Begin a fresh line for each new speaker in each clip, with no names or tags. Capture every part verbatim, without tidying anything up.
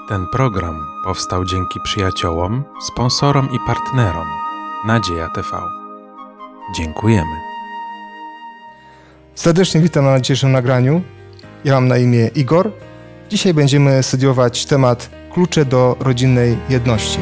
Ten program powstał dzięki przyjaciołom, sponsorom i partnerom Nadzieja T V. Dziękujemy.
Serdecznie witam na dzisiejszym nagraniu. Ja mam na imię Igor. Dzisiaj będziemy studiować temat klucze do rodzinnej jedności.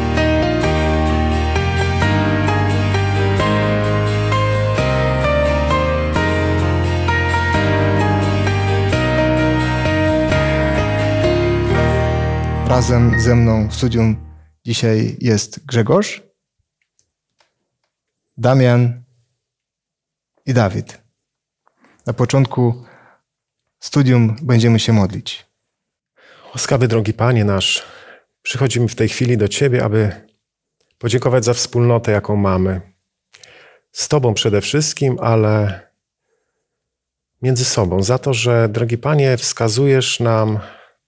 Razem ze mną w studium dzisiaj jest Grzegorz, Damian i Dawid. Na początku studium będziemy się modlić.
Łaskawy drogi Panie nasz, przychodzimy w tej chwili do Ciebie, aby podziękować za wspólnotę, jaką mamy. Z Tobą przede wszystkim, ale między sobą. Za to, że, drogi Panie, wskazujesz nam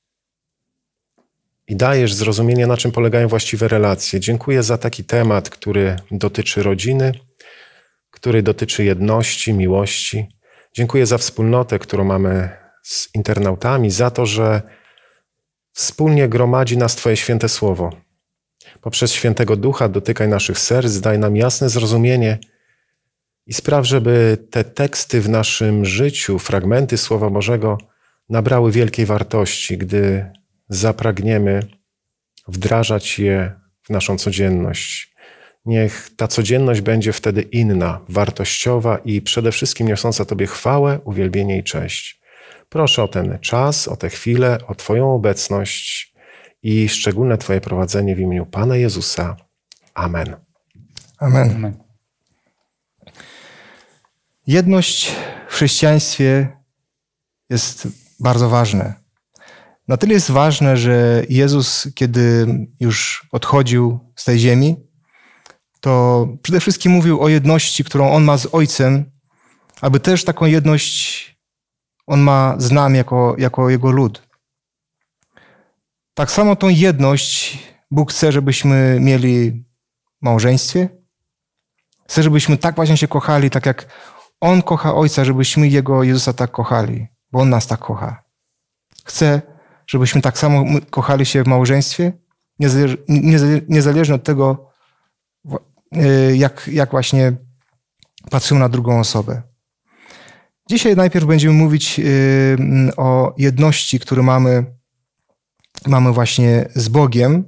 i dajesz zrozumienie, na czym polegają właściwe relacje. Dziękuję za taki temat, który dotyczy rodziny, który dotyczy jedności, miłości. Dziękuję za wspólnotę, którą mamy z internautami, za to, że wspólnie gromadzi nas Twoje święte słowo. Poprzez Świętego Ducha dotykaj naszych serc, daj nam jasne zrozumienie i spraw, żeby te teksty w naszym życiu, fragmenty Słowa Bożego nabrały wielkiej wartości, gdy zapragniemy wdrażać je w naszą codzienność. Niech ta codzienność będzie wtedy inna, wartościowa i przede wszystkim niosąca Tobie chwałę, uwielbienie i cześć. Proszę o ten czas, o tę chwilę, o Twoją obecność i szczególne Twoje prowadzenie w imieniu Pana Jezusa. Amen.
Amen. Amen. Jedność w chrześcijaństwie jest bardzo ważna. Na tyle jest ważne, że Jezus, kiedy już odchodził z tej ziemi, to przede wszystkim mówił o jedności, którą On ma z Ojcem, aby też taką jedność On ma z nami jako, jako Jego lud. Tak samo tą jedność Bóg chce, żebyśmy mieli w małżeństwie. Chce, żebyśmy tak właśnie się kochali, tak jak On kocha Ojca, żebyśmy Jego Jezusa tak kochali, bo On nas tak kocha. Chce, żebyśmy tak samo kochali się w małżeństwie, niezależnie od tego, jak, jak właśnie patrzymy na drugą osobę. Dzisiaj najpierw będziemy mówić o jedności, którą mamy, mamy właśnie z Bogiem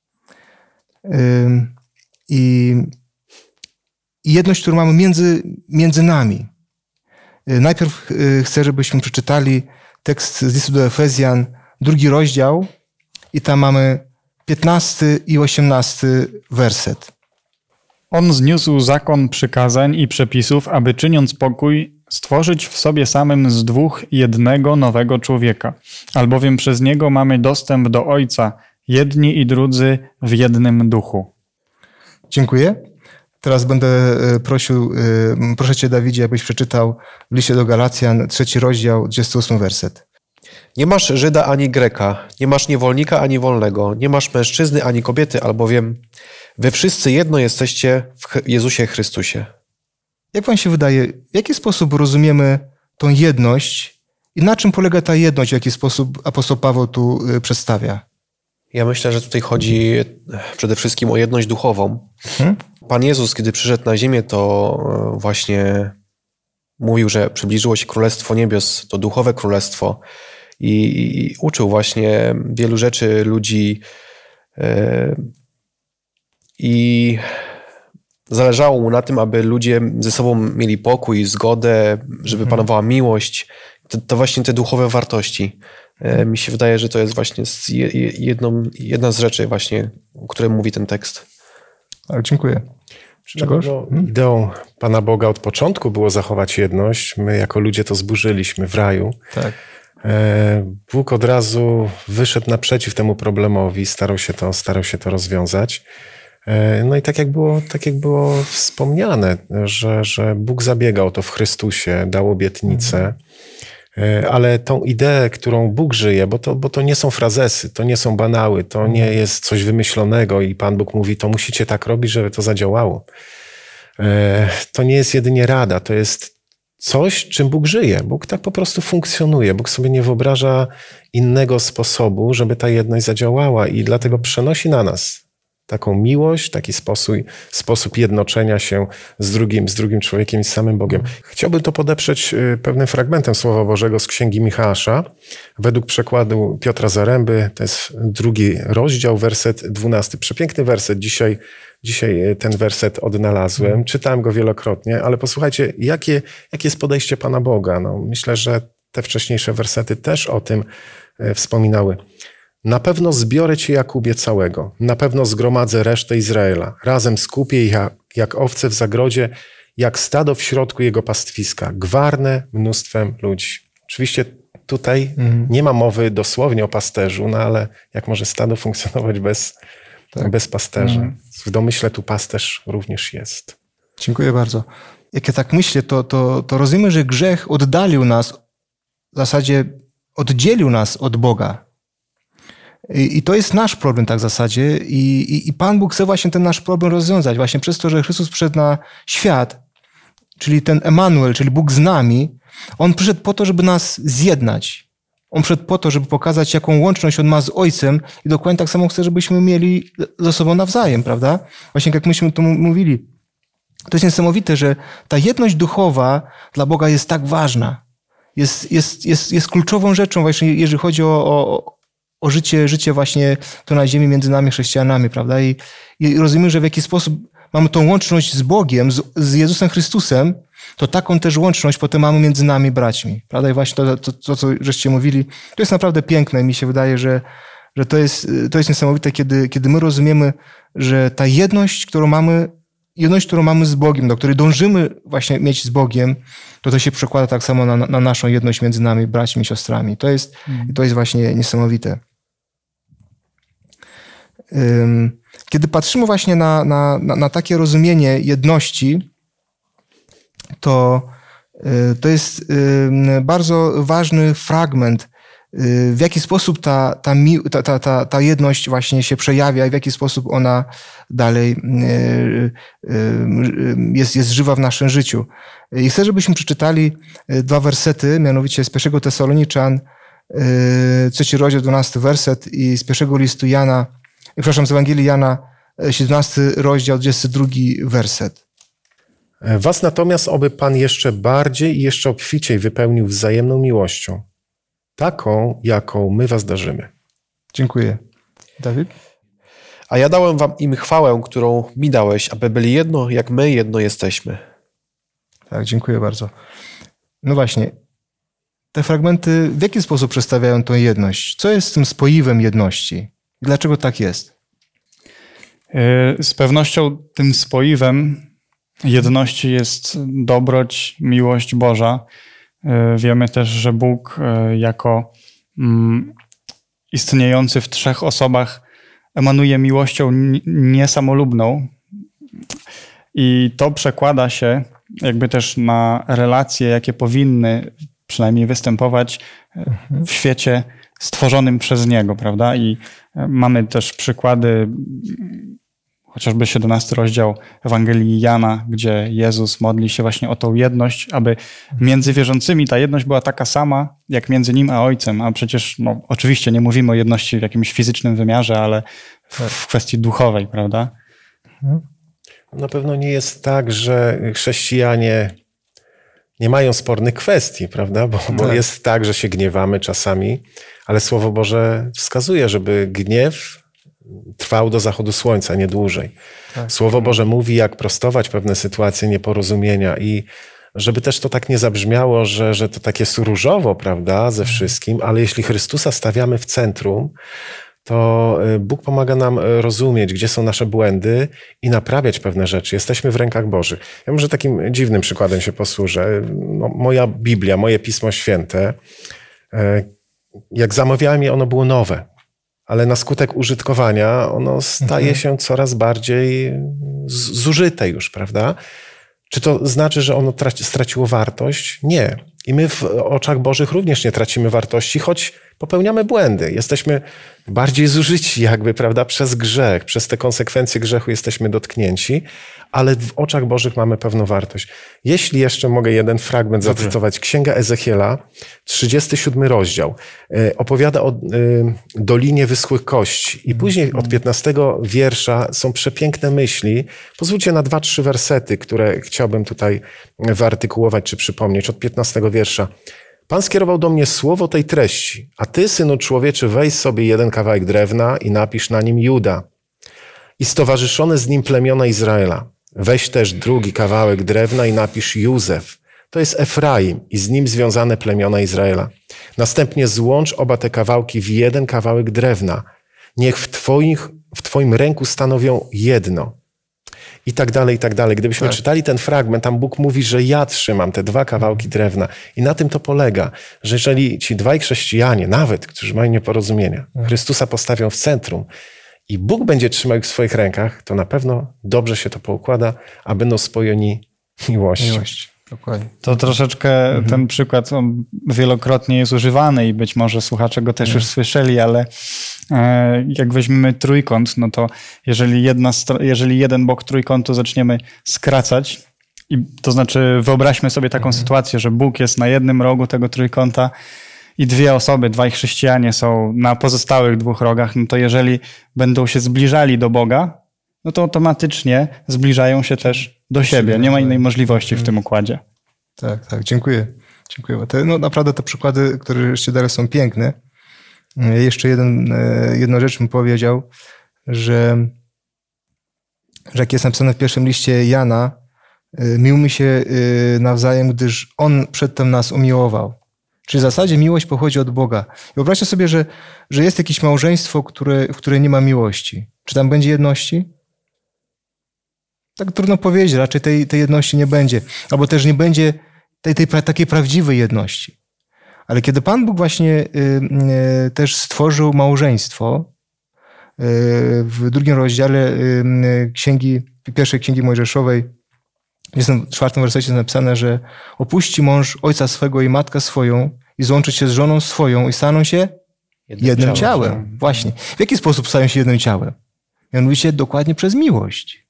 i jedność, którą mamy między, między nami. Najpierw chcę, żebyśmy przeczytali tekst z listu do Efezjan, drugi rozdział i tam mamy piętnasty i osiemnasty werset.
On zniósł zakon przykazań i przepisów, aby czyniąc pokój, stworzyć w sobie samym z dwóch jednego nowego człowieka. Albowiem przez niego mamy dostęp do Ojca, jedni i drudzy w jednym duchu.
Dziękuję. Teraz będę prosił, proszę Cię, Dawidzie, abyś przeczytał w liście do Galacjan, trzeci rozdział, dwudziesty ósmy werset.
Nie masz Żyda ani Greka, nie masz niewolnika ani wolnego, nie masz mężczyzny ani kobiety, albowiem wy wszyscy jedno jesteście w Jezusie Chrystusie.
Jak wam się wydaje, w jaki sposób rozumiemy tą jedność i na czym polega ta jedność, w jaki sposób apostoł Paweł tu przedstawia?
Ja myślę, że tutaj chodzi przede wszystkim o jedność duchową. Hmm? Pan Jezus, kiedy przyszedł na ziemię, to właśnie mówił, że przybliżyło się Królestwo Niebios, to duchowe królestwo i, i uczył właśnie wielu rzeczy ludzi yy, i zależało mu na tym, aby ludzie ze sobą mieli pokój, zgodę, żeby panowała miłość. To, to właśnie te duchowe wartości. Yy, mi się wydaje, że to jest właśnie jedną, jedna z rzeczy właśnie, o której mówi ten tekst.
Tak, dziękuję.
Czegoś? No, ideą Pana Boga od początku było zachować jedność. My jako ludzie to zburzyliśmy w raju.
Tak.
Bóg od razu wyszedł naprzeciw temu problemowi, starał się to, starał się to rozwiązać. No i tak jak było, tak jak było wspomniane, że, że Bóg zabiegał o to w Chrystusie, dał obietnicę, ale tą ideę, którą Bóg żyje, bo to, bo to nie są frazesy, to nie są banały, to nie jest coś wymyślonego i Pan Bóg mówi, to musicie tak robić, żeby to zadziałało. To nie jest jedynie rada, to jest coś, czym Bóg żyje. Bóg tak po prostu funkcjonuje. Bóg sobie nie wyobraża innego sposobu, żeby ta jedność zadziałała i dlatego przenosi na nas taką miłość, taki sposób, sposób jednoczenia się z drugim, z drugim człowiekiem i z samym Bogiem. Chciałbym to podeprzeć pewnym fragmentem Słowa Bożego z Księgi Michała. Według przekładu Piotra Zaręby, to jest drugi rozdział, werset dwunasty. Przepiękny werset. Dzisiaj, dzisiaj ten werset odnalazłem. Czytałem go wielokrotnie, ale posłuchajcie, jakie, jakie jest podejście Pana Boga. No, myślę, że te wcześniejsze wersety też o tym wspominały. Na pewno zbiorę cię, Jakubie, całego. Na pewno zgromadzę resztę Izraela. Razem skupię ich jak, jak owce w zagrodzie, jak stado w środku jego pastwiska. Gwarne mnóstwem ludzi. Oczywiście tutaj mhm. nie ma mowy dosłownie o pasterzu, no ale jak może stado funkcjonować bez, tak. bez pasterza? Mhm. W domyśle tu pasterz również jest.
Dziękuję bardzo. Jak ja tak myślę, to, to, to rozumiemy, że grzech oddalił nas, w zasadzie oddzielił nas od Boga. I, I to jest nasz problem tak w zasadzie I, i, i Pan Bóg chce właśnie ten nasz problem rozwiązać. Właśnie przez to, że Chrystus przyszedł na świat, czyli ten Emanuel, czyli Bóg z nami, On przyszedł po to, żeby nas zjednać. On przyszedł po to, żeby pokazać, jaką łączność On ma z Ojcem i dokładnie tak samo chce, żebyśmy mieli ze sobą nawzajem, prawda? Właśnie jak myśmy tu mówili. To jest niesamowite, że ta jedność duchowa dla Boga jest tak ważna. Jest, jest, jest, jest kluczową rzeczą właśnie, jeżeli chodzi o, o o życie, życie właśnie tu na ziemi między nami chrześcijanami, prawda? I, i rozumiemy, że w jaki sposób mamy tą łączność z Bogiem, z, z Jezusem Chrystusem, to taką też łączność potem mamy między nami braćmi, prawda? I właśnie to, to, to co żeście mówili, to jest naprawdę piękne. Mi się wydaje, że, że to jest, to jest niesamowite, kiedy, kiedy my rozumiemy, że ta jedność, którą mamy, jedność, którą mamy z Bogiem, do której dążymy właśnie mieć z Bogiem, to to się przekłada tak samo na, na naszą jedność między nami, braćmi i siostrami. To jest, mm. to jest właśnie niesamowite. Kiedy patrzymy właśnie na, na, na takie rozumienie jedności, to, to jest bardzo ważny fragment, w jaki sposób ta, ta, ta, ta, ta jedność właśnie się przejawia i w jaki sposób ona dalej jest, jest żywa w naszym życiu. I chcę, żebyśmy przeczytali dwa wersety, mianowicie z pierwszego Tesaloniczan, trzeci rozdział, dwunasty werset i z pierwszego listu Jana, przepraszam, z Ewangelii Jana, siedemnasty rozdział, dwudziesty drugi werset.
Was natomiast oby Pan jeszcze bardziej i jeszcze obficiej wypełnił wzajemną miłością, taką, jaką my was darzymy.
Dziękuję. Dawid?
A ja dałem wam im chwałę, którą mi dałeś, aby byli jedno, jak my jedno jesteśmy.
Tak, dziękuję bardzo. No właśnie, te fragmenty w jaki sposób przedstawiają tą jedność? Co jest tym spoiwem jedności? Dlaczego tak jest?
Z pewnością tym spoiwem jedności jest dobroć, miłość Boża. Wiemy też, że Bóg jako istniejący w trzech osobach emanuje miłością niesamolubną i to przekłada się jakby też na relacje, jakie powinny przynajmniej występować w świecie stworzonym przez Niego, prawda? I mamy też przykłady, chociażby siedemnasty rozdział Ewangelii Jana, gdzie Jezus modli się właśnie o tą jedność, aby między wierzącymi ta jedność była taka sama, jak między Nim a Ojcem. A przecież no, oczywiście nie mówimy o jedności w jakimś fizycznym wymiarze, ale w, w kwestii duchowej, prawda?
Na pewno nie jest tak, że chrześcijanie nie mają spornych kwestii, prawda? Bo, bo tak. jest tak, że się gniewamy czasami, ale Słowo Boże wskazuje, żeby gniew trwał do zachodu słońca, nie dłużej. Tak. Słowo Boże mówi, jak prostować pewne sytuacje nieporozumienia i żeby też to tak nie zabrzmiało, że, że to tak jest różowo, prawda, ze wszystkim, ale jeśli Chrystusa stawiamy w centrum, to Bóg pomaga nam rozumieć, gdzie są nasze błędy i naprawiać pewne rzeczy. Jesteśmy w rękach Bożych. Ja może takim dziwnym przykładem się posłużę. No, moja Biblia, moje Pismo Święte, jak zamawiałem je, ono było nowe, ale na skutek użytkowania ono staje mhm. się coraz bardziej zużyte już, prawda? Czy to znaczy, że ono traci, straciło wartość? Nie. I my w oczach Bożych również nie tracimy wartości, choć popełniamy błędy. Jesteśmy bardziej zużyci jakby, prawda, przez grzech, przez te konsekwencje grzechu jesteśmy dotknięci, ale w oczach Bożych mamy pewną wartość. Jeśli jeszcze mogę jeden fragment
Dobrze.
zacytować. Księga Ezechiela, trzydziesty siódmy rozdział, opowiada o Dolinie Wyschłych Kości. I później od piętnastego wiersza są przepiękne myśli. Pozwólcie na dwa, trzy wersety, które chciałbym tutaj wyartykułować czy przypomnieć. Od piętnastego wiersza. Pan skierował do mnie słowo tej treści, a ty, synu człowieczy, weź sobie jeden kawałek drewna i napisz na nim Juda i stowarzyszone z nim plemiona Izraela. Weź też drugi kawałek drewna i napisz Józef. To jest Efraim i z nim związane plemiona Izraela. Następnie złącz oba te kawałki w jeden kawałek drewna. Niech w, twoich, w twoim ręku stanowią jedno. I tak dalej, i tak dalej. Gdybyśmy
tak.
czytali ten fragment, tam Bóg mówi, że ja trzymam te dwa kawałki drewna. I na tym to polega, że jeżeli ci dwaj chrześcijanie, nawet, którzy mają nieporozumienia, Chrystusa postawią w centrum i Bóg będzie trzymał ich w swoich rękach, to na pewno dobrze się to poukłada, a będą spojeni miłością.
Miłość. Dokładnie.
To troszeczkę
Mhm.
ten przykład on wielokrotnie jest używany i być może słuchacze go też
Mhm.
już słyszeli, ale e, jak weźmiemy trójkąt, no to jeżeli, jedna, stro- jeżeli jeden bok trójkątu zaczniemy skracać, i to znaczy wyobraźmy sobie taką
Mhm.
sytuację, że Bóg jest na jednym rogu tego trójkąta i dwie osoby, dwaj chrześcijanie są na pozostałych dwóch rogach, no to jeżeli będą się zbliżali do Boga, no to automatycznie zbliżają się też do siebie. Nie ma innej możliwości w tym układzie.
Tak, tak, dziękuję. Dziękuję. Te, no naprawdę te przykłady, które jeszcze dalej są piękne. Jeszcze jeden, jedną rzecz bym powiedział, że, że jak jest napisane w pierwszym liście Jana, miłmy się nawzajem, gdyż On przedtem nas umiłował. Czyli w zasadzie miłość pochodzi od Boga. I wyobraźcie sobie, że, że jest jakieś małżeństwo, które, w którym nie ma miłości. Czy tam będzie jedności? Tak trudno powiedzieć, raczej tej, tej jedności nie będzie. Albo też nie będzie tej, tej takiej prawdziwej jedności. Ale kiedy Pan Bóg właśnie y, y, też stworzył małżeństwo, y, w drugim rozdziale y, księgi, pierwszej księgi Mojżeszowej, w czwartym wersecie jest napisane, że opuści mąż ojca swego i matkę swoją i złączy się z żoną swoją i staną się jednym, jednym ciałem. ciałem. Właśnie. W jaki sposób stają się jednym ciałem? Mianowicie dokładnie przez miłość.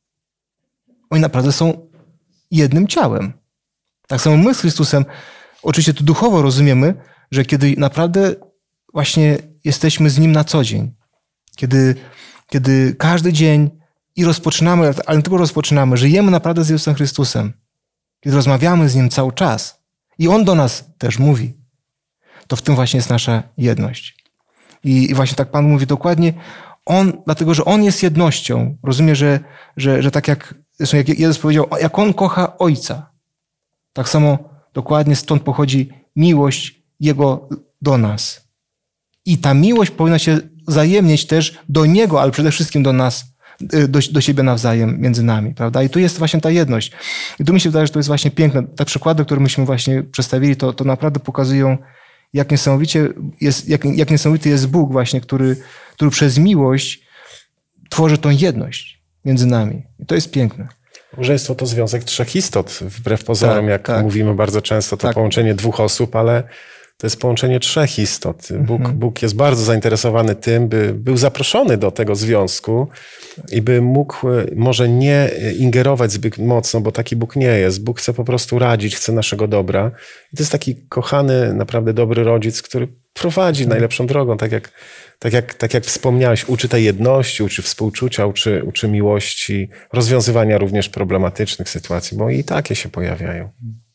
Oni naprawdę są jednym ciałem. Tak samo my z Chrystusem, oczywiście to duchowo rozumiemy, że kiedy naprawdę właśnie jesteśmy z Nim na co dzień, kiedy, kiedy każdy dzień i rozpoczynamy, ale nie tylko rozpoczynamy, żyjemy naprawdę z Jezusem Chrystusem, kiedy rozmawiamy z Nim cały czas i On do nas też mówi, to w tym właśnie jest nasza jedność. I, i właśnie tak Pan mówi dokładnie, On, dlatego że On jest jednością, rozumie, że, że, że tak jak, zresztą jak Jezus powiedział, jak On kocha Ojca, tak samo dokładnie stąd pochodzi miłość Jego do nas. I ta miłość powinna się wzajemnieć też do Niego, ale przede wszystkim do nas, do, do siebie nawzajem między nami, prawda? I tu jest właśnie ta jedność. I tu mi się wydaje, że to jest właśnie piękne. Te przykłady, które myśmy właśnie przedstawili, to, to naprawdę pokazują, jak niesamowicie jest, jak, jak niesamowity jest Bóg właśnie, który, który przez miłość tworzy tą jedność między nami. I to jest piękne.
Małżeństwo to związek trzech istot. Wbrew pozorom,
tak,
jak
tak.
mówimy bardzo często, to
tak.
połączenie dwóch osób, ale to jest połączenie trzech istot. Bóg, mhm. Bóg jest bardzo zainteresowany tym, by był zaproszony do tego związku i by mógł może nie ingerować zbyt mocno, bo taki Bóg nie jest. Bóg chce po prostu radzić, chce naszego dobra. I to jest taki kochany, naprawdę dobry rodzic, który prowadzi mhm. najlepszą drogą, tak jak Tak jak, tak jak wspomniałeś, uczy tej jedności, uczy współczucia, uczy, uczy miłości, rozwiązywania również problematycznych sytuacji, bo i takie się pojawiają.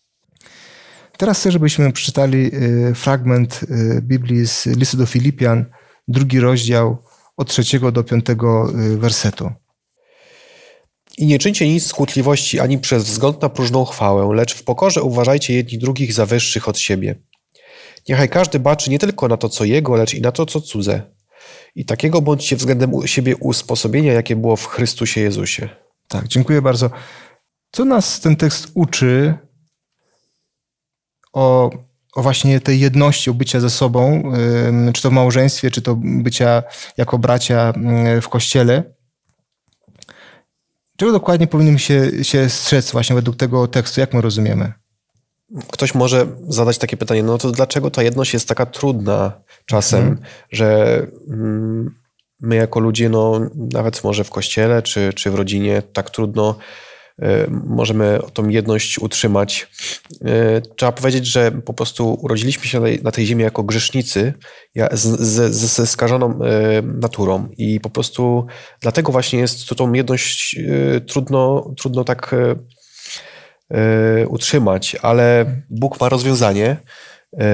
Teraz chcę, żebyśmy przeczytali fragment Biblii z listu do Filipian, drugi rozdział od trzeciego do piątego wersetu.
I nie czyńcie nic z kłótliwości ani przez wzgląd na próżną chwałę, lecz w pokorze uważajcie jedni drugich za wyższych od siebie. Niechaj każdy baczy nie tylko na to, co jego, lecz i na to, co cudze. I takiego bądźcie względem siebie usposobienia, jakie było w Chrystusie Jezusie.
Tak, dziękuję bardzo. Co nas ten tekst uczy o, o właśnie tej jedności, o bycia ze sobą, czy to w małżeństwie, czy to bycia jako bracia w Kościele? Czego dokładnie powinniśmy się, się strzec właśnie według tego tekstu? Jak my rozumiemy?
ktoś może zadać takie pytanie, no to dlaczego ta jedność jest taka trudna czasem, mhm. że mm, my jako ludzie, no nawet może w kościele czy, czy w rodzinie tak trudno y, możemy tą jedność utrzymać. Y, trzeba powiedzieć, że po prostu urodziliśmy się na tej, na tej ziemi jako grzesznicy z, z, z, ze skażoną y, naturą i po prostu dlatego właśnie jest to tą jedność y, trudno, trudno tak y, y, utrzymać, ale Bóg ma rozwiązanie. Y,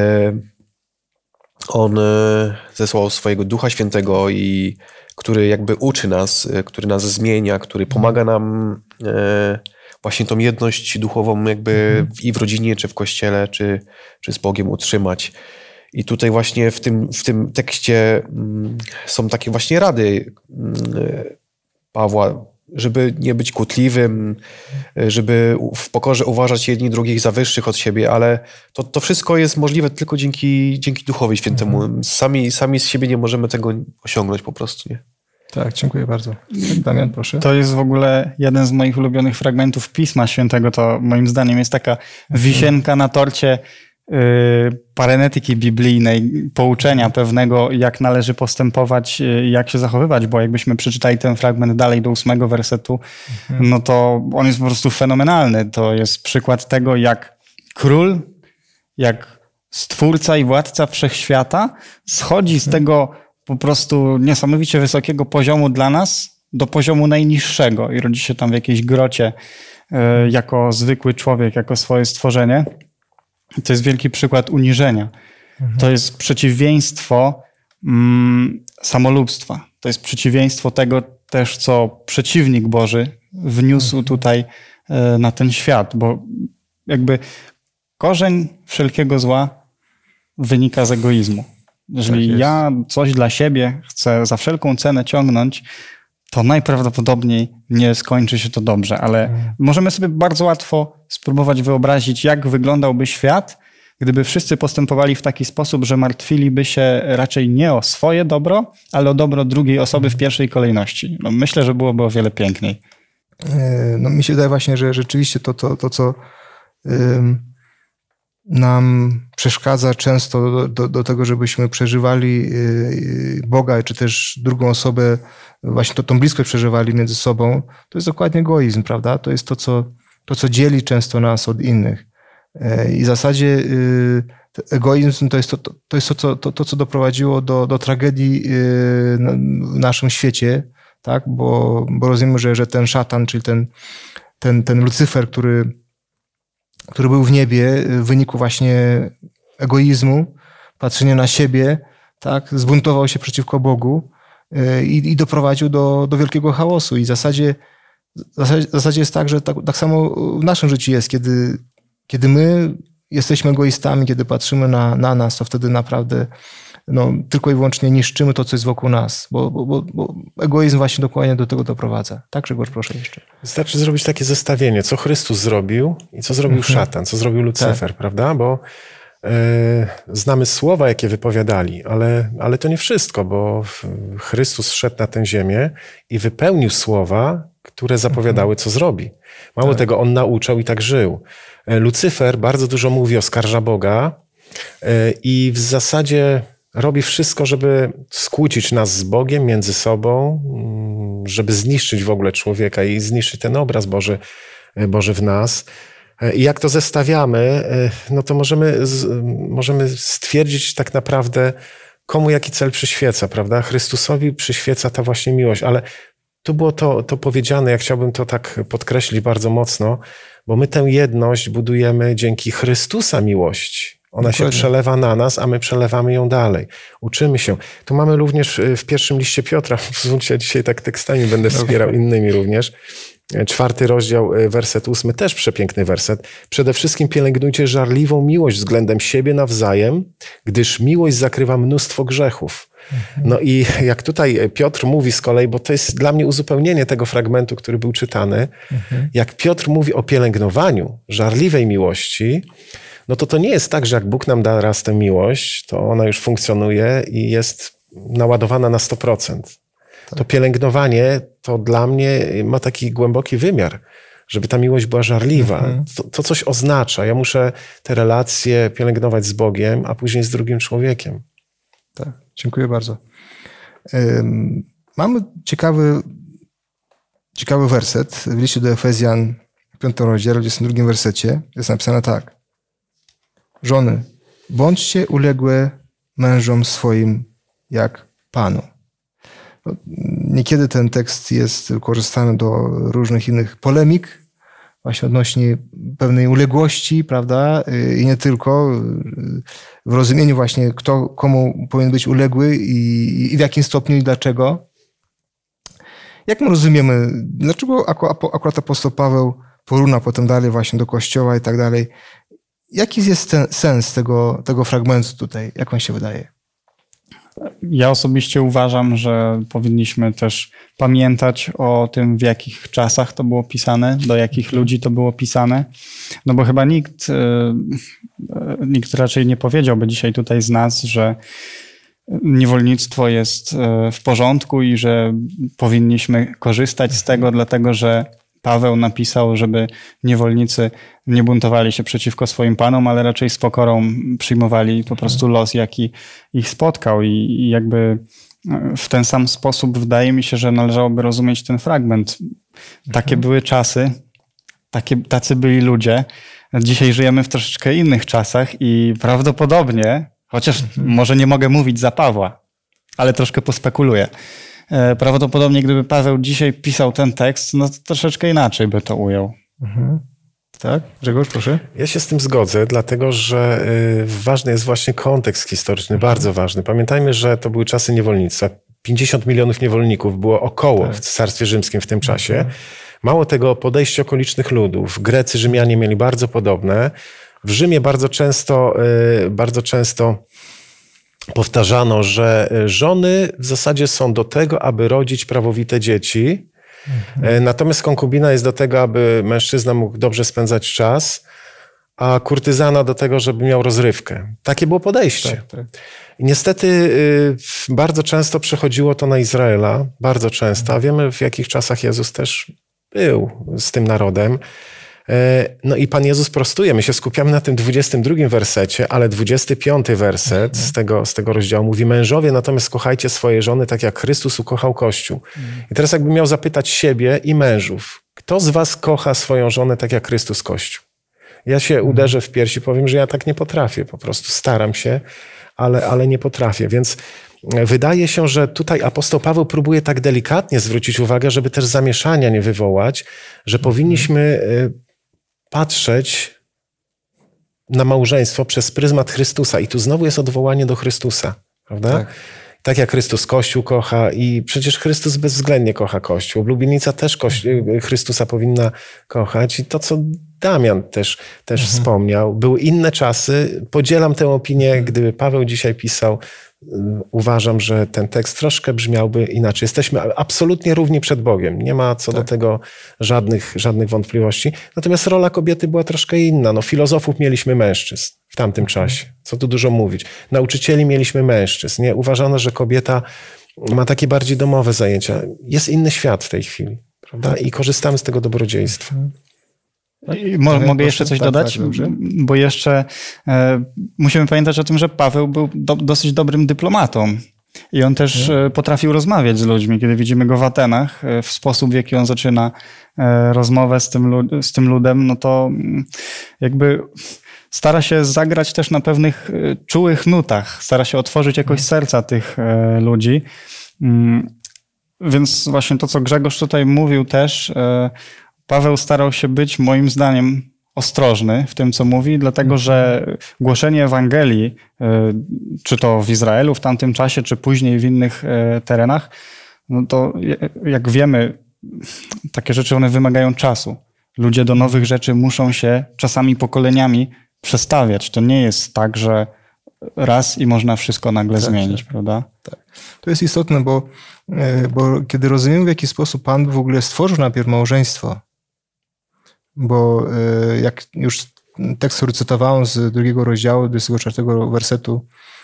On zesłał swojego Ducha Świętego, i który jakby uczy nas, który nas zmienia, który pomaga nam właśnie tą jedność duchową jakby i w rodzinie, czy w kościele, czy, czy z Bogiem utrzymać. I tutaj właśnie w tym, w tym tekście są takie właśnie rady Pawła, żeby nie być kłótliwym, żeby w pokorze uważać jedni drugich za wyższych od siebie, ale to, to wszystko jest możliwe tylko dzięki, dzięki Duchowi Świętemu. Mhm. Sami, sami z siebie nie możemy tego osiągnąć po prostu, nie?
Tak, dziękuję bardzo. Damian, proszę.
To jest w ogóle jeden z moich ulubionych fragmentów Pisma Świętego. To moim zdaniem jest taka wisienka na torcie parenetyki biblijnej, pouczenia pewnego, jak należy postępować, jak się zachowywać, bo jakbyśmy przeczytali ten fragment dalej do ósmego wersetu, mhm. no to on jest po prostu fenomenalny. To jest przykład tego, jak król, jak stwórca i władca wszechświata schodzi z tego po prostu niesamowicie wysokiego poziomu dla nas do poziomu najniższego i rodzi się tam w jakiejś grocie jako zwykły człowiek, jako swoje stworzenie. To jest wielki przykład uniżenia. Mhm. To jest przeciwieństwo mm, samolubstwa. To jest przeciwieństwo tego też, co przeciwnik Boży wniósł mhm. tutaj e, na ten świat, bo jakby korzeń wszelkiego zła wynika z egoizmu. Jeżeli tak ja coś dla siebie chcę za wszelką cenę ciągnąć, to najprawdopodobniej nie skończy się to dobrze, ale hmm. możemy sobie bardzo łatwo spróbować wyobrazić, jak wyglądałby świat, gdyby wszyscy postępowali w taki sposób, że martwiliby się raczej nie o swoje dobro, ale o dobro drugiej osoby hmm. w pierwszej kolejności. No, myślę, że byłoby o wiele piękniej.
No, mi się wydaje właśnie, że rzeczywiście to, to, to co ym, nam przeszkadza często do, do, do tego, żebyśmy przeżywali yy, Boga, czy też drugą osobę, właśnie to, tą bliskość przeżywali między sobą, to jest dokładnie egoizm, prawda? To jest to, co, to, co dzieli często nas od innych. Yy, I w zasadzie yy, egoizm to jest to, to, to, jest to, co, to, to, co doprowadziło do, do tragedii yy, w naszym świecie, tak? Bo, bo rozumiemy, że, że ten szatan, czyli ten, ten, ten Lucyfer, który który był w niebie w wyniku właśnie egoizmu, patrzenia na siebie, tak, zbuntował się przeciwko Bogu i, i doprowadził do, do wielkiego chaosu. I w zasadzie, w zasadzie, w zasadzie jest tak, że tak, tak samo w naszym życiu jest, kiedy, kiedy my jesteśmy egoistami, kiedy patrzymy na, na nas, to wtedy naprawdę no, tylko i wyłącznie niszczymy to, co jest wokół nas, bo, bo, bo egoizm właśnie dokładnie do tego doprowadza. Tak, Grzegorz, proszę jeszcze.
Wystarczy zrobić takie zestawienie, co Chrystus zrobił i co zrobił mhm. szatan, co zrobił Lucyfer, tak. prawda? Bo yy, znamy słowa, jakie wypowiadali, ale, ale to nie wszystko, bo Chrystus szedł na tę ziemię i wypełnił słowa, które zapowiadały, co zrobi. Mało tak. tego, on nauczał i tak żył. Lucyfer bardzo dużo mówi, oskarża Boga yy, i w zasadzie robi wszystko, żeby skłócić nas z Bogiem, między sobą, żeby zniszczyć w ogóle człowieka i zniszczyć ten obraz Boży, Boży w nas. I jak to zestawiamy, no to możemy, możemy stwierdzić tak naprawdę, komu jaki cel przyświeca, prawda? Chrystusowi przyświeca ta właśnie miłość, ale tu było to, to powiedziane, ja chciałbym to tak podkreślić bardzo mocno, bo my tę jedność budujemy dzięki Chrystusa miłości. Ona Dokładnie. się przelewa na nas, a my przelewamy ją dalej. Uczymy się. Tu mamy również w pierwszym liście Piotra, ja dzisiaj tak tekstami będę wspierał innymi również, czwarty rozdział, werset ósmy, też przepiękny werset. Przede wszystkim pielęgnujcie żarliwą miłość względem siebie nawzajem, gdyż miłość zakrywa mnóstwo grzechów. Mhm. No i jak tutaj Piotr mówi z kolei, bo to jest dla mnie uzupełnienie tego fragmentu, który był czytany, mhm. jak Piotr mówi o pielęgnowaniu żarliwej miłości, no to to nie jest tak, że jak Bóg nam da raz tę miłość, to ona już funkcjonuje i jest naładowana na sto procent. Tak. To pielęgnowanie to dla mnie ma taki głęboki wymiar, żeby ta miłość była żarliwa.
Mhm.
To, to coś oznacza. Ja muszę te relacje pielęgnować z Bogiem, a później z drugim człowiekiem.
Tak, dziękuję bardzo. Um, mamy ciekawy, ciekawy werset w liście do Efezjan, piąty rozdział, w dwudziestym drugim wersecie. Jest napisane tak. Żony, bądźcie uległe mężom swoim jak Panu. No, niekiedy ten tekst jest wykorzystany do różnych innych polemik, właśnie odnośnie pewnej uległości, prawda? I nie tylko w rozumieniu właśnie, kto komu powinien być uległy i, i w jakim stopniu i dlaczego. Jak my rozumiemy, dlaczego akurat apostoł Paweł porówna potem dalej właśnie do Kościoła i tak dalej? Jaki jest ten sens tego, tego fragmentu tutaj? Jak on się wydaje?
Ja osobiście uważam, że powinniśmy też pamiętać o tym, w jakich czasach to było pisane, do jakich ludzi to było pisane. No bo chyba nikt, nikt raczej nie powiedziałby dzisiaj tutaj z nas, że niewolnictwo jest w porządku i że powinniśmy korzystać z tego, dlatego że Paweł napisał, żeby niewolnicy nie buntowali się przeciwko swoim panom, ale raczej z pokorą przyjmowali po prostu los, jaki ich spotkał. I jakby w ten sam sposób wydaje mi się, że należałoby rozumieć ten fragment. Takie mhm. były czasy, takie, tacy byli ludzie. Dzisiaj żyjemy w troszeczkę innych czasach i prawdopodobnie, chociaż mhm. może nie mogę mówić za Pawła, ale troszkę pospekuluję. Prawdopodobnie gdyby Paweł dzisiaj pisał ten tekst, no to troszeczkę inaczej by to ujął.
Mhm. Tak? Grzegorz, proszę.
Ja się z tym zgodzę, dlatego że ważny jest właśnie kontekst historyczny, mhm. bardzo ważny. Pamiętajmy, że to były czasy niewolnictwa. pięćdziesiąt milionów niewolników było około tak. w Cesarstwie Rzymskim w tym czasie. Mhm. Mało tego, podejście okolicznych ludów. Grecy, Rzymianie mieli bardzo podobne. W Rzymie bardzo często, bardzo często powtarzano, że żony w zasadzie są do tego, aby rodzić prawowite dzieci, mhm. natomiast konkubina jest do tego, aby mężczyzna mógł dobrze spędzać czas, a kurtyzana do tego, żeby miał rozrywkę. Takie było podejście.
Tak, tak.
I niestety bardzo często przechodziło to na Izraela, bardzo często, a wiemy w jakich czasach Jezus też był z tym narodem. No i Pan Jezus prostuje. My się skupiamy na tym dwudziestym drugim wersecie, ale dwudziesty piąty werset z tego, z tego rozdziału mówi: mężowie, natomiast kochajcie swoje żony tak, jak Chrystus ukochał Kościół. I teraz jakbym miał zapytać siebie i mężów, kto z was kocha swoją żonę tak, jak Chrystus Kościół? Ja się uderzę w piersi, powiem, że ja tak nie potrafię. Po prostu staram się, ale, ale nie potrafię. Więc wydaje się, że tutaj apostoł Paweł próbuje tak delikatnie zwrócić uwagę, żeby też zamieszania nie wywołać, że powinniśmy patrzeć na małżeństwo przez pryzmat Chrystusa. I tu znowu jest odwołanie do Chrystusa, prawda? Tak. Tak jak Chrystus Kościół kocha i przecież Chrystus bezwzględnie kocha Kościół. Oblubienica też Kościół, Chrystusa powinna kochać i to, co Damian też, też mhm. wspomniał. Były inne czasy. Podzielam tę opinię. Gdyby Paweł dzisiaj pisał, uważam, że ten tekst troszkę brzmiałby inaczej. Jesteśmy absolutnie równi przed Bogiem. Nie ma co tak. do tego żadnych, żadnych wątpliwości. Natomiast rola kobiety była troszkę inna. No, filozofów mieliśmy mężczyzn w tamtym czasie. Co tu dużo mówić. Nauczycieli mieliśmy mężczyzn. Nie? Uważano, że kobieta ma takie bardziej domowe zajęcia. Jest inny świat w tej chwili, prawda? I korzystamy z tego dobrodziejstwa.
I mo- mogę proszę, jeszcze coś tak, dodać, tak, bo jeszcze e, musimy pamiętać o tym, że Paweł był do, dosyć dobrym dyplomatą i on też e, potrafił rozmawiać z ludźmi. Kiedy widzimy go w Atenach, e, w sposób, w jaki on zaczyna e, rozmowę z tym, lu- z tym ludem, no to jakby stara się zagrać też na pewnych e, czułych nutach, stara się otworzyć jakoś serca tych e, ludzi. Mm, więc właśnie to, co Grzegorz tutaj mówił też, e, Paweł starał się być, moim zdaniem, ostrożny w tym, co mówi, dlatego że głoszenie Ewangelii, czy to w Izraelu w tamtym czasie, czy później w innych terenach, no to jak wiemy, takie rzeczy one wymagają czasu. Ludzie do nowych rzeczy muszą się czasami pokoleniami przestawiać. To nie jest tak, że raz i można wszystko nagle tak, zmienić, tak, prawda?
Tak. To jest istotne, bo, bo kiedy rozumiemy, w jaki sposób Pan w ogóle stworzył najpierw małżeństwo, bo jak już tekst, który cytowałem z drugiego rozdziału, dwudziestego czwartego wersetu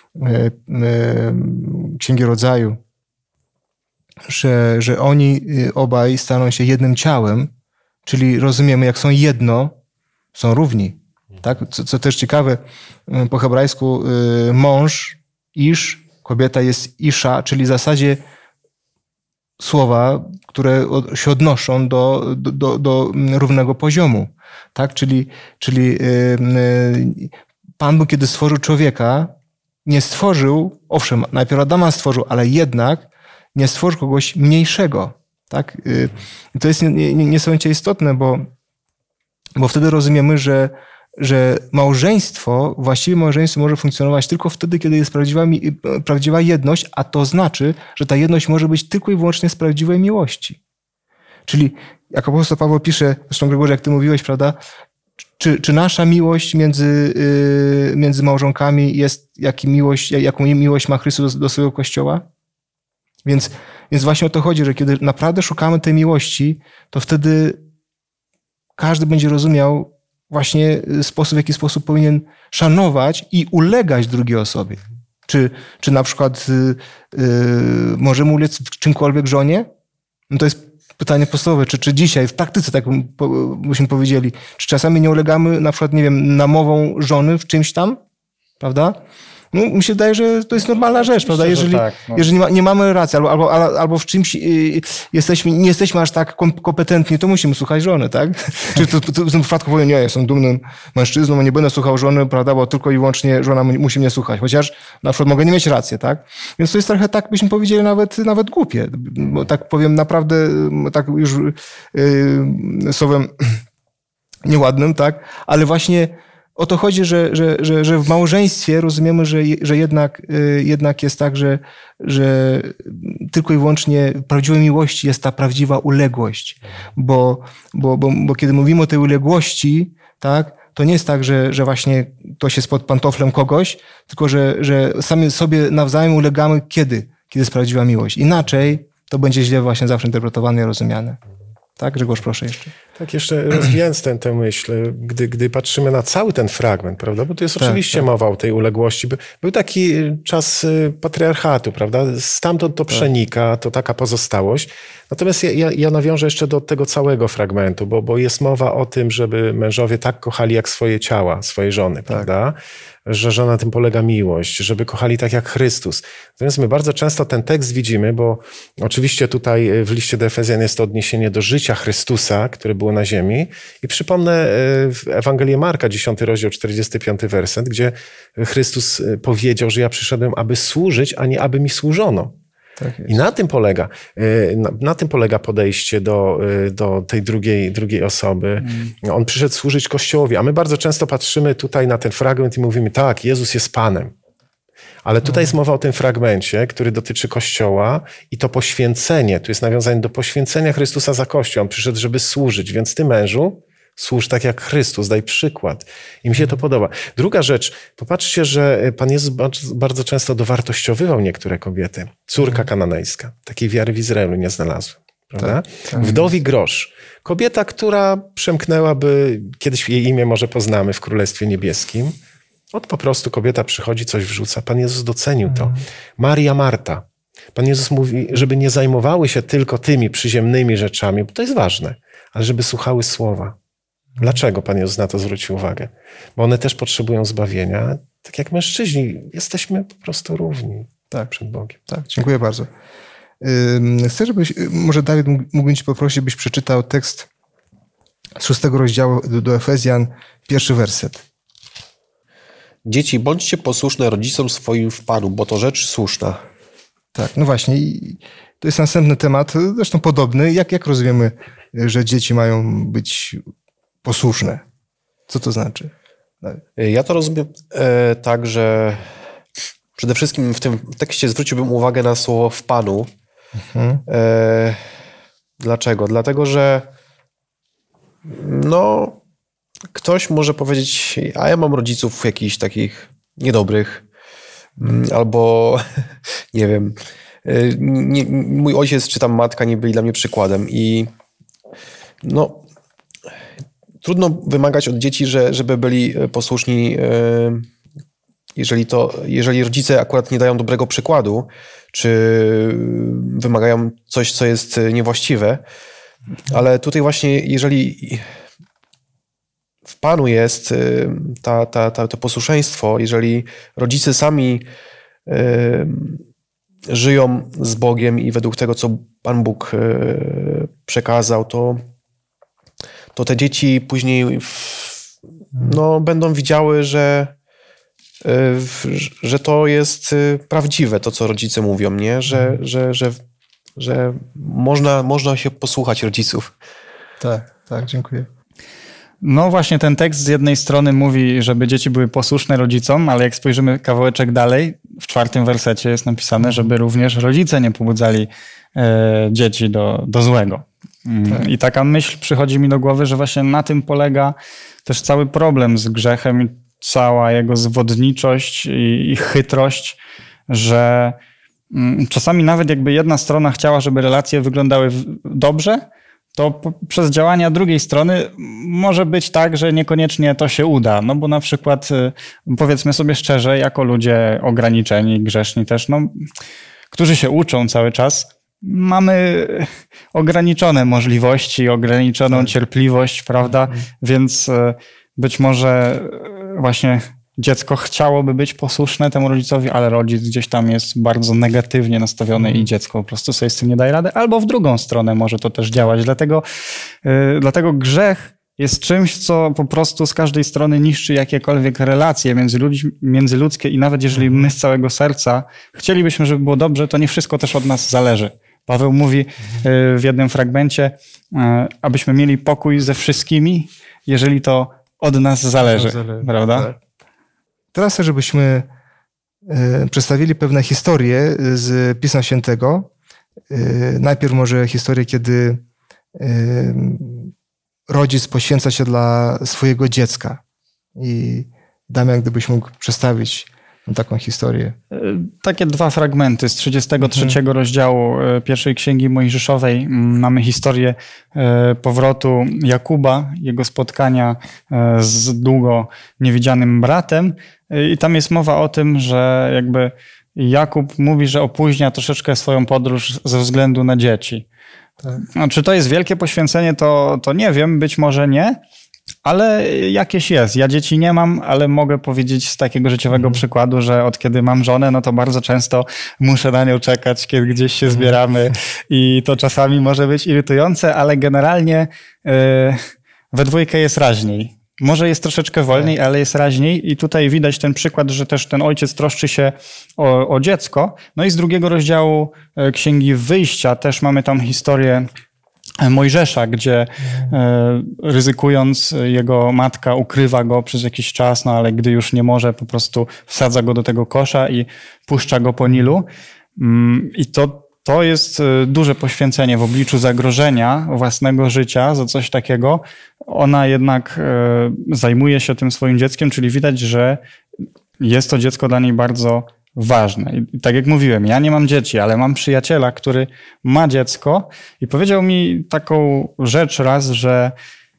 Księgi Rodzaju, że, że oni obaj staną się jednym ciałem, Czyli rozumiemy, jak są jedno, są równi. Tak? Co, co też ciekawe, po hebrajsku mąż, isz, kobieta jest isza, czyli w zasadzie słowa, które się odnoszą do, do, do, do równego poziomu. Tak? Czyli, czyli Pan Bóg, kiedy stworzył człowieka, nie stworzył, owszem, najpierw Adama stworzył, ale jednak nie stworzył kogoś mniejszego. Tak? To jest niesamowicie istotne, bo, bo wtedy rozumiemy, że, że małżeństwo, właściwe małżeństwo może funkcjonować tylko wtedy, kiedy jest prawdziwa, prawdziwa jedność, a to znaczy, że ta jedność może być tylko i wyłącznie z prawdziwej miłości. Czyli, jak apostoł Paweł pisze, zresztą Grzegorz, jak ty mówiłeś, prawda, czy, czy nasza miłość między, yy, między małżonkami jest, jak miłość, jaką miłość ma Chrystus do, do swojego Kościoła? Więc, więc właśnie o to chodzi, że kiedy naprawdę szukamy tej miłości, to wtedy każdy będzie rozumiał właśnie sposób, w jaki sposób powinien szanować i ulegać drugiej osobie. Czy, czy na przykład yy, yy, możemy ulec w czymkolwiek żonie? No to jest pytanie podstawowe. Czy, czy dzisiaj w praktyce, tak byśmy powiedzieli, czy czasami nie ulegamy na przykład, nie wiem, namową żony w czymś tam? Prawda? No, mi się wydaje, że to jest normalna rzecz, prawda? Jeżeli,
tak, no.
jeżeli nie, ma, nie mamy racji, albo, albo, albo w czymś yy, jesteśmy, nie jesteśmy aż tak kompetentni, to musimy słuchać żony, tak? Czy to, to w tym przypadku powiem, nie, jestem dumnym mężczyzną, nie będę słuchał żony, prawda, bo tylko i wyłącznie żona musi mnie słuchać, chociaż na przykład mogę nie mieć racji, tak? Więc to jest trochę tak, byśmy powiedzieli, nawet, nawet głupie. Bo tak powiem, naprawdę, tak już yy, słowem nieładnym, tak? Ale właśnie o to chodzi, że, że, że, że w małżeństwie rozumiemy, że, że jednak, jednak jest tak, że, że tylko i wyłącznie w prawdziwej miłości jest ta prawdziwa uległość. Bo, bo, bo, bo kiedy mówimy o tej uległości, tak, to nie jest tak, że, że właśnie ktoś jest pod pantoflem kogoś, tylko że, że sami sobie nawzajem ulegamy kiedy? Kiedy jest prawdziwa miłość. Inaczej to będzie źle właśnie zawsze interpretowane i rozumiane. Tak, Grzegorz, proszę jeszcze.
Tak, jeszcze rozwijając tę, tę myśl, gdy, gdy patrzymy na cały ten fragment, prawda, bo tu jest
tak,
oczywiście
tak.
mowa o tej uległości. Był taki czas patriarchatu, prawda, stamtąd to przenika, to taka pozostałość. Natomiast ja, ja, ja nawiążę jeszcze do tego całego fragmentu, bo, bo jest mowa o tym, żeby mężowie tak kochali jak swoje ciała, swoje żony, tak. prawda, że, że na tym polega miłość, żeby kochali tak jak Chrystus. Natomiast my bardzo często ten tekst widzimy, bo oczywiście tutaj w liście do Efezjan jest to odniesienie do życia Chrystusa, które było na ziemi. I przypomnę w Ewangelię Marka, dziesiąty rozdział, czterdziesty piąty werset, gdzie Chrystus powiedział, że ja przyszedłem, aby służyć, a nie aby mi służono. Tak jest. I na tym polega, na, na tym polega podejście do, do tej drugiej, drugiej osoby. Mm. On przyszedł służyć Kościołowi, a my bardzo często patrzymy tutaj na ten fragment i mówimy, tak, Jezus jest Panem. Ale tutaj jest mowa o tym fragmencie, który dotyczy Kościoła i to poświęcenie, tu jest nawiązanie do poświęcenia Chrystusa za Kościół. On przyszedł, żeby służyć, więc ty, mężu, służ tak jak Chrystus, daj przykład. I mi się to podoba. Druga rzecz, popatrzcie, że Pan Jezus bardzo, bardzo często dowartościowywał niektóre kobiety. Córka kananejska, takiej wiary w Izraelu nie znalazłem. Prawda? Tak, tak. Wdowi grosz. Kobieta, która przemknęłaby, kiedyś jej imię może poznamy w Królestwie Niebieskim. Od po prostu kobieta przychodzi, coś wrzuca. Pan Jezus docenił to. Maria Marta. Pan Jezus mówi, żeby nie zajmowały się tylko tymi przyziemnymi rzeczami, bo to jest ważne, ale żeby słuchały słowa. Dlaczego Pan Jezus na to zwrócił uwagę? Bo one też potrzebują zbawienia. Tak jak mężczyźni, jesteśmy po prostu równi tak. przed Bogiem.
Tak, dziękuję bardzo. Chcę, żebyś, może Dawid mógłbym Cię poprosić, byś przeczytał tekst z szóstego rozdziału do Efezjan, pierwszy werset.
Dzieci, bądźcie posłuszne rodzicom swoim w Panu, bo to rzecz słuszna.
Tak, no właśnie. I to jest następny temat, zresztą podobny. Jak, jak rozumiemy, że dzieci mają być posłuszne? Co to znaczy?
Ja to rozumiem e, tak, że przede wszystkim w tym tekście zwróciłbym uwagę na słowo w Panu. Mhm. E, dlaczego? Dlatego, że no, ktoś może powiedzieć, a ja mam rodziców jakichś takich niedobrych, albo nie wiem, nie, mój ojciec czy tam matka nie byli dla mnie przykładem i no trudno wymagać od dzieci, że, żeby byli posłuszni, jeżeli, to, jeżeli rodzice akurat nie dają dobrego przykładu, czy wymagają coś, co jest niewłaściwe, Ale tutaj właśnie, jeżeli w Panu jest ta, ta, ta, to posłuszeństwo, jeżeli rodzice sami y, żyją z Bogiem i według tego, co Pan Bóg y, przekazał, to, to te dzieci później w, no, będą widziały, że, y, że to jest prawdziwe, to co rodzice mówią, nie? Że, że, że, że można, można się posłuchać rodziców.
Tak, tak, dziękuję.
No właśnie ten tekst z jednej strony mówi, żeby dzieci były posłuszne rodzicom, ale jak spojrzymy kawałeczek dalej, w czwartym wersecie jest napisane, żeby również rodzice nie pobudzali e, dzieci do, do złego. Tak. I taka myśl przychodzi mi do głowy, że właśnie na tym polega też cały problem z grzechem i cała jego zwodniczość i, i chytrość, że mm, czasami nawet jakby jedna strona chciała, żeby relacje wyglądały w, dobrze, to po, przez działania drugiej strony może być tak, że niekoniecznie to się uda. No bo na przykład, powiedzmy sobie szczerze, jako ludzie ograniczeni, grzeszni też, no, którzy się uczą cały czas, mamy ograniczone możliwości, ograniczoną tak. cierpliwość, prawda? Mhm. Więc być może właśnie dziecko chciałoby być posłuszne temu rodzicowi, ale rodzic gdzieś tam jest bardzo negatywnie nastawiony mm. i dziecko po prostu sobie z tym nie daje rady, albo w drugą stronę może to też działać. Dlatego, yy, dlatego grzech jest czymś, co po prostu z każdej strony niszczy jakiekolwiek relacje między ludźmi, międzyludzkie i nawet jeżeli my z całego serca chcielibyśmy, żeby było dobrze, to nie wszystko też od nas zależy. Paweł mówi yy, w jednym fragmencie, yy, abyśmy mieli pokój ze wszystkimi, jeżeli to od nas zależy, zależy prawda? Tak.
Teraz, żebyśmy y, przedstawili pewne historie z Pisma Świętego. Y, najpierw może historię, kiedy y, rodzic poświęca się dla swojego dziecka. I Damian, gdybyś mógł przedstawić taką historię.
Takie dwa fragmenty z trzydziestego trzeciego mhm. rozdziału pierwszej Księgi Mojżeszowej. Mamy historię powrotu Jakuba, jego spotkania z długo niewidzianym bratem. I tam jest mowa o tym, że jakby Jakub mówi, że opóźnia troszeczkę swoją podróż ze względu na dzieci. Tak. No, czy to jest wielkie poświęcenie, to, to nie wiem, być może nie, ale jakieś jest. Ja dzieci nie mam, ale mogę powiedzieć z takiego życiowego mm. przykładu, że od kiedy mam żonę, no to bardzo często muszę na nią czekać, kiedy gdzieś się zbieramy i to czasami może być irytujące, ale generalnie yy, we dwójkę jest raźniej. Może jest troszeczkę wolniej, ale jest raźniej i tutaj widać ten przykład, że też ten ojciec troszczy się o, o dziecko. No i z drugiego rozdziału Księgi Wyjścia też mamy tam historię Mojżesza, gdzie e, ryzykując jego matka ukrywa go przez jakiś czas, no ale gdy już nie może, po prostu wsadza go do tego kosza i puszcza go po Nilu. Mm, I to, to jest duże poświęcenie w obliczu zagrożenia własnego życia za coś takiego. Ona jednak e, zajmuje się tym swoim dzieckiem, czyli widać, że jest to dziecko dla niej bardzo ważne. I tak jak mówiłem, ja nie mam dzieci, ale mam przyjaciela, który ma dziecko i powiedział mi taką rzecz raz, że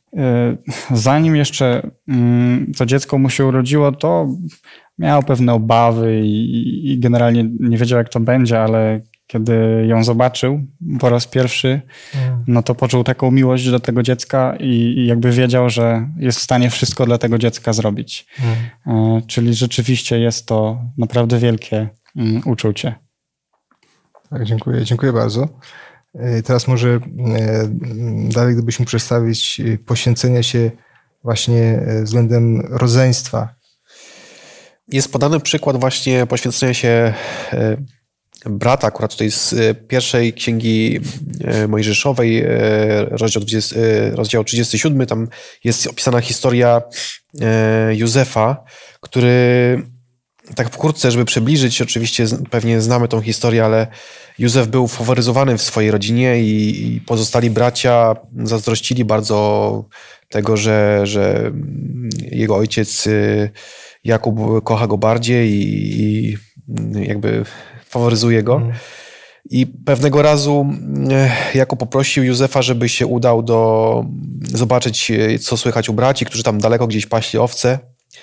zanim jeszcze to dziecko mu się urodziło, to miał pewne obawy i generalnie nie wiedział, jak to będzie, ale kiedy ją zobaczył po raz pierwszy, no to poczuł taką miłość do tego dziecka i jakby wiedział, że jest w stanie wszystko dla tego dziecka zrobić. Hmm. Czyli rzeczywiście jest to naprawdę wielkie uczucie.
Tak, dziękuję. Dziękuję bardzo. Teraz może dalej, gdybyśmy przedstawić poświęcenie się właśnie względem rodzeństwa.
Jest podany przykład właśnie poświęcenia się brata, akurat tutaj z pierwszej Księgi Mojżeszowej, rozdział, dwudziesty, rozdział trzydziesty siódmy, tam jest opisana historia Józefa, który, tak wkrótce, żeby przybliżyć, oczywiście pewnie znamy tą historię, ale Józef był faworyzowany w swojej rodzinie i, i pozostali bracia zazdrościli bardzo tego, że, że jego ojciec Jakub kocha go bardziej i, i jakby faworyzuje go. Mm. I pewnego razu Jakub poprosił Józefa, żeby się udał do zobaczyć, co słychać u braci, którzy tam daleko gdzieś paśli owce.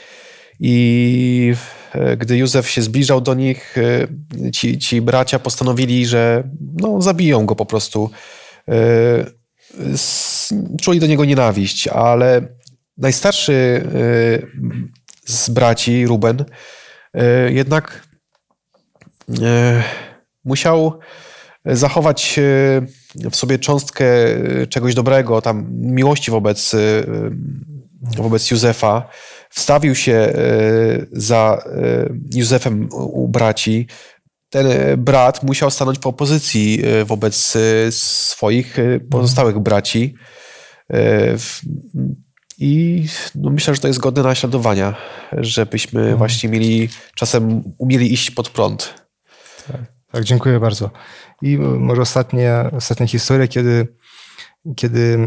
I gdy Józef się zbliżał do nich, ci, ci bracia postanowili, że no, zabiją go po prostu. czuli do niego nienawiść, ale najstarszy z braci, Ruben, jednak musiał zachować w sobie cząstkę czegoś dobrego, tam miłości wobec, wobec Józefa. Wstawił się za Józefem u braci. Ten brat musiał stanąć w opozycji wobec swoich pozostałych braci. I no myślę, że to jest godne naśladowania, żebyśmy hmm. właśnie mieli, czasem umieli iść pod prąd.
Tak, tak, dziękuję bardzo. I może ostatnia, ostatnia historia, kiedy, kiedy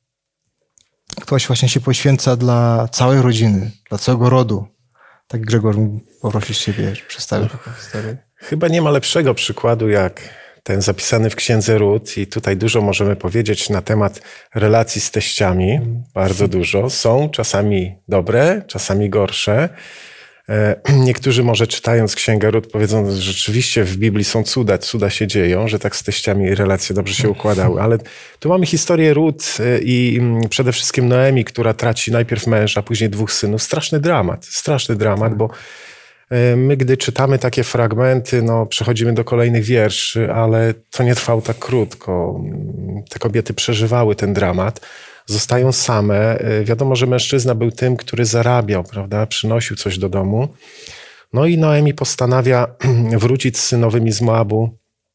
ktoś właśnie się poświęca dla całej rodziny, dla całego rodu. Tak, Grzegorz, poprosić Ciebie, żeby przedstawił taką historię.
Chyba nie ma lepszego przykładu jak ten zapisany w Księdze Rut i tutaj dużo możemy powiedzieć na temat relacji z teściami. Bardzo dużo. Są czasami dobre, czasami gorsze. Niektórzy może czytając Księgę Rut powiedzą, że rzeczywiście w Biblii są cuda, cuda się dzieją, że tak z teściami relacje dobrze się układały. Ale tu mamy historię Rut i przede wszystkim Noemi, która traci najpierw męża, a później dwóch synów. Straszny dramat, straszny dramat, bo my, gdy czytamy takie fragmenty, no, przechodzimy do kolejnych wierszy, ale to nie trwało tak krótko. Te kobiety przeżywały ten dramat, zostają same. Wiadomo, że mężczyzna był tym, który zarabiał, prawda, przynosił coś do domu. No i Noemi postanawia wrócić z synowymi z Moabu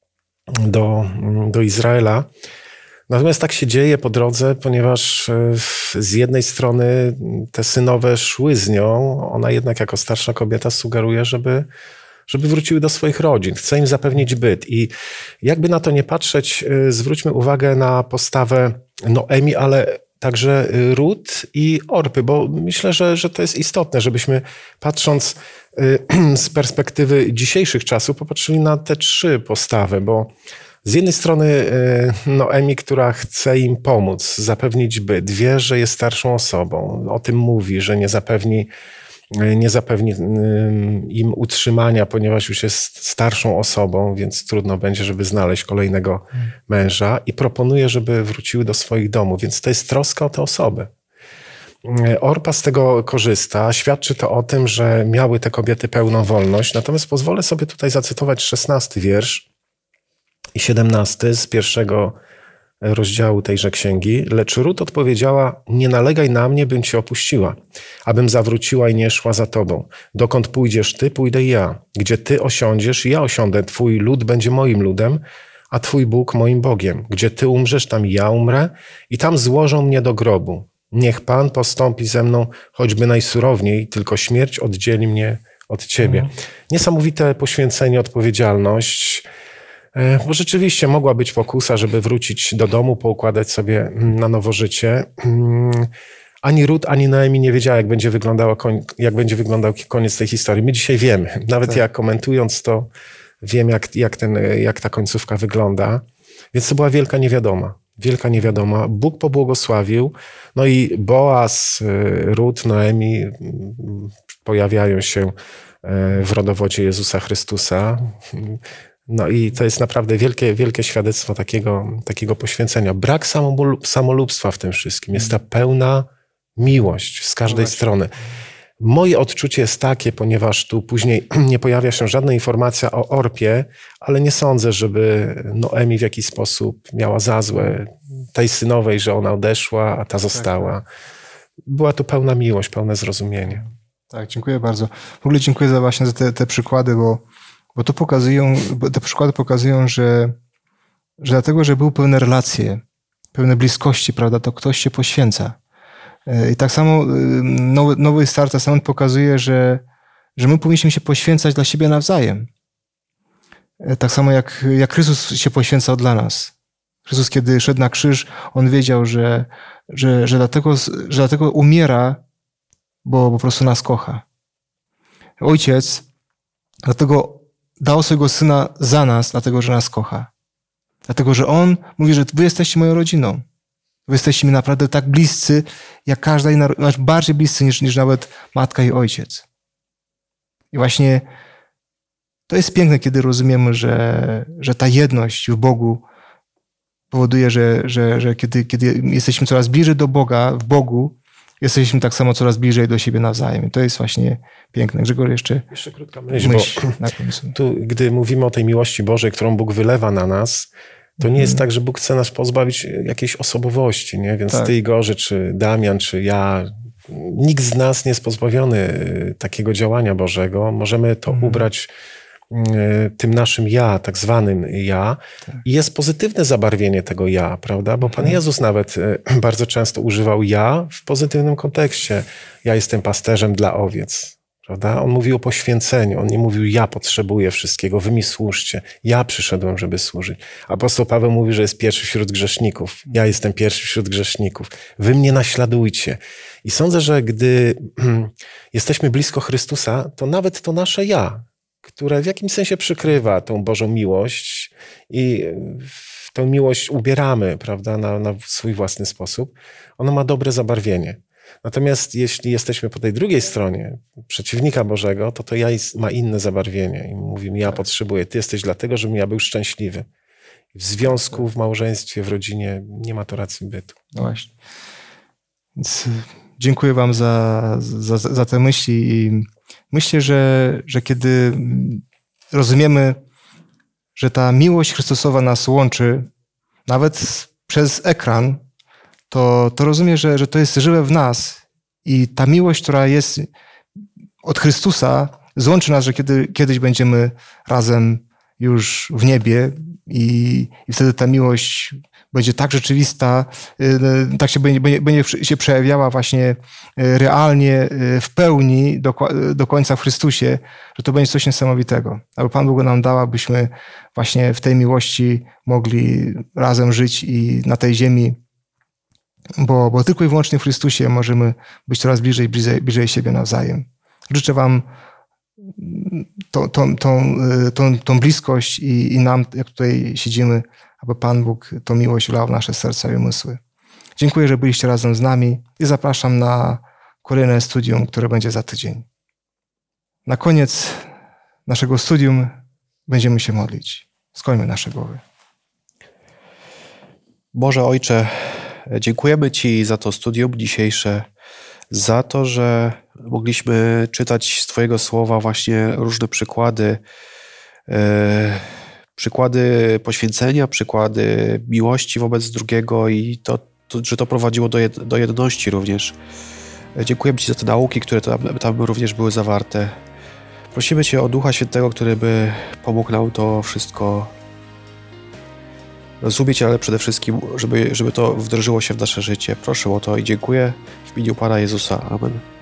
do, do Izraela. Natomiast tak się dzieje po drodze, ponieważ z jednej strony te synowe szły z nią, ona jednak jako starsza kobieta sugeruje, żeby, żeby wróciły do swoich rodzin. Chce im zapewnić byt. I jakby na to nie patrzeć, zwróćmy uwagę na postawę Noemi, ale także Rut i Orpy, bo myślę, że, że to jest istotne, żebyśmy patrząc z perspektywy dzisiejszych czasów popatrzyli na te trzy postawy, bo z jednej strony Noemi, która chce im pomóc, zapewnić byt, wie, że jest starszą osobą, o tym mówi, że nie zapewni, nie zapewni im utrzymania, ponieważ już jest starszą osobą, więc trudno będzie, żeby znaleźć kolejnego męża i proponuje, żeby wróciły do swoich domów, więc to jest troska o te osoby. Orpa z tego korzysta, świadczy to o tym, że miały te kobiety pełną wolność, natomiast pozwolę sobie tutaj zacytować szesnasty wiersz i siedemnasty z pierwszego rozdziału tejże księgi. Lecz Rut odpowiedziała: nie nalegaj na mnie, bym cię opuściła, abym zawróciła i nie szła za tobą. Dokąd pójdziesz ty, pójdę i ja. Gdzie ty osiądziesz, ja osiądę. Twój lud będzie moim ludem, a twój Bóg moim Bogiem. Gdzie ty umrzesz, tam ja umrę i tam złożą mnie do grobu. Niech Pan postąpi ze mną choćby najsurowniej, tylko śmierć oddzieli mnie od ciebie. Mhm. Niesamowite poświęcenie, odpowiedzialność. Bo rzeczywiście mogła być pokusa, żeby wrócić do domu, poukładać sobie na nowo życie. Ani Rut, ani Noemi nie wiedziała, jak będzie, wyglądała, jak będzie wyglądał koniec tej historii. My dzisiaj wiemy. Nawet tak. Ja komentując to, wiem, jak, jak, ten, jak ta końcówka wygląda. Więc to była wielka niewiadoma. Wielka niewiadoma. Bóg pobłogosławił. No i Boaz, Rut, Noemi pojawiają się w rodowodzie Jezusa Chrystusa. No i to jest naprawdę wielkie, wielkie świadectwo takiego, takiego poświęcenia. Brak samolubstwa w tym wszystkim. Jest ta pełna miłość z każdej no strony. Moje odczucie jest takie, ponieważ tu później nie pojawia się żadna informacja o Orpie, ale nie sądzę, żeby Noemi w jakiś sposób miała za złe tej synowej, że ona odeszła, a ta została. Była tu pełna miłość, pełne zrozumienie.
Tak, dziękuję bardzo. W ogóle dziękuję za właśnie za te, te przykłady, bo Bo to pokazują, bo te przykłady pokazują, że, że dlatego, że były pełne relacje, pełne bliskości, prawda, to ktoś się poświęca. I tak samo Nowy, Nowy Stary Testament pokazuje, że, że my powinniśmy się poświęcać dla siebie nawzajem. Tak samo jak, jak Chrystus się poświęcał dla nas. Chrystus, kiedy szedł na krzyż, On wiedział, że, że, że, dlatego, że dlatego umiera, bo po prostu nas kocha. Ojciec dlatego dał swojego Syna za nas, dlatego, że nas kocha. Dlatego, że On mówi, że wy jesteście moją rodziną. Wy jesteście mi naprawdę tak bliscy, jak każda inna, bardziej bliscy niż, niż nawet matka i ojciec. I właśnie to jest piękne, kiedy rozumiemy, że, że ta jedność w Bogu powoduje, że, że, że kiedy, kiedy jesteśmy coraz bliżej do Boga, w Bogu, jesteśmy tak samo coraz bliżej do siebie nawzajem. I to jest właśnie piękne. Grzegorz, jeszcze,
Jeszcze krótka myśl,
myśl
bo
na końcu.
tu, gdy mówimy o tej miłości Bożej, którą Bóg wylewa na nas, to nie jest
Mhm.
tak, że Bóg chce nas pozbawić jakiejś osobowości, nie? Więc
Tak.
ty, Igorze, czy Damian, czy ja, nikt z nas nie jest pozbawiony takiego działania Bożego. Możemy to
Mhm.
ubrać y, tym naszym ja, tak zwanym ja.
Tak.
I jest pozytywne zabarwienie tego ja, prawda? Bo Pan
Mhm.
Jezus nawet y, bardzo często używał ja w pozytywnym kontekście. Ja jestem pasterzem dla owiec. Prawda? On mówił o poświęceniu, on nie mówił ja potrzebuję wszystkiego, wy mi służcie, ja przyszedłem, żeby służyć. Apostoł Paweł mówi, że jest pierwszy wśród grzeszników, ja jestem pierwszy wśród grzeszników, wy mnie naśladujcie. I sądzę, że gdy jesteśmy blisko Chrystusa, to nawet to nasze ja, które w jakimś sensie przykrywa tą Bożą miłość i w tę miłość ubieramy, prawda, na, na swój własny sposób, ono ma dobre zabarwienie. Natomiast jeśli jesteśmy po tej drugiej stronie, przeciwnika Bożego, to to ja jest, ma inne zabarwienie. I mówimy, ja potrzebuję, ty jesteś dlatego, żebym ja był szczęśliwy. W związku, w małżeństwie, w rodzinie nie ma to racji bytu.
No właśnie. Więc dziękuję wam za, za, za te myśli i myślę, że, że kiedy rozumiemy, że ta miłość Chrystusowa nas łączy, nawet przez ekran, to, to rozumiem, że, że to jest żywe w nas i ta miłość, która jest od Chrystusa, złączy nas, że kiedy, kiedyś będziemy razem już w niebie i, i wtedy ta miłość będzie tak rzeczywista, tak się będzie, będzie, będzie się przejawiała właśnie realnie, w pełni do, do końca w Chrystusie, że to będzie coś niesamowitego. Aby Pan Bóg nam dał, abyśmy właśnie w tej miłości mogli razem żyć i na tej ziemi, bo, bo tylko i wyłącznie w Chrystusie możemy być coraz bliżej, bliżej, bliżej siebie nawzajem. Życzę wam tą, tą, tą, tą, tą bliskość i, i nam, jak tutaj siedzimy, aby Pan Bóg tą miłość wlał w nasze serca i umysły. Dziękuję, że byliście razem z nami i zapraszam na kolejne studium, które będzie za tydzień. Na koniec naszego studium będziemy się modlić. Skłońmy nasze głowy.
Boże Ojcze, dziękujemy Ci za to studium dzisiejsze, za to, że mogliśmy czytać z Twojego słowa właśnie różne przykłady, e, przykłady poświęcenia, przykłady miłości wobec drugiego i to, to że to prowadziło do, jed, do jedności również. Dziękujemy Ci za te nauki, które tam, tam również były zawarte. Prosimy Cię o Ducha Świętego, który by pomógł nam to wszystko rozumieć, ale przede wszystkim, żeby, żeby to wdrożyło się w nasze życie. Proszę o to i dziękuję w imieniu Pana Jezusa. Amen.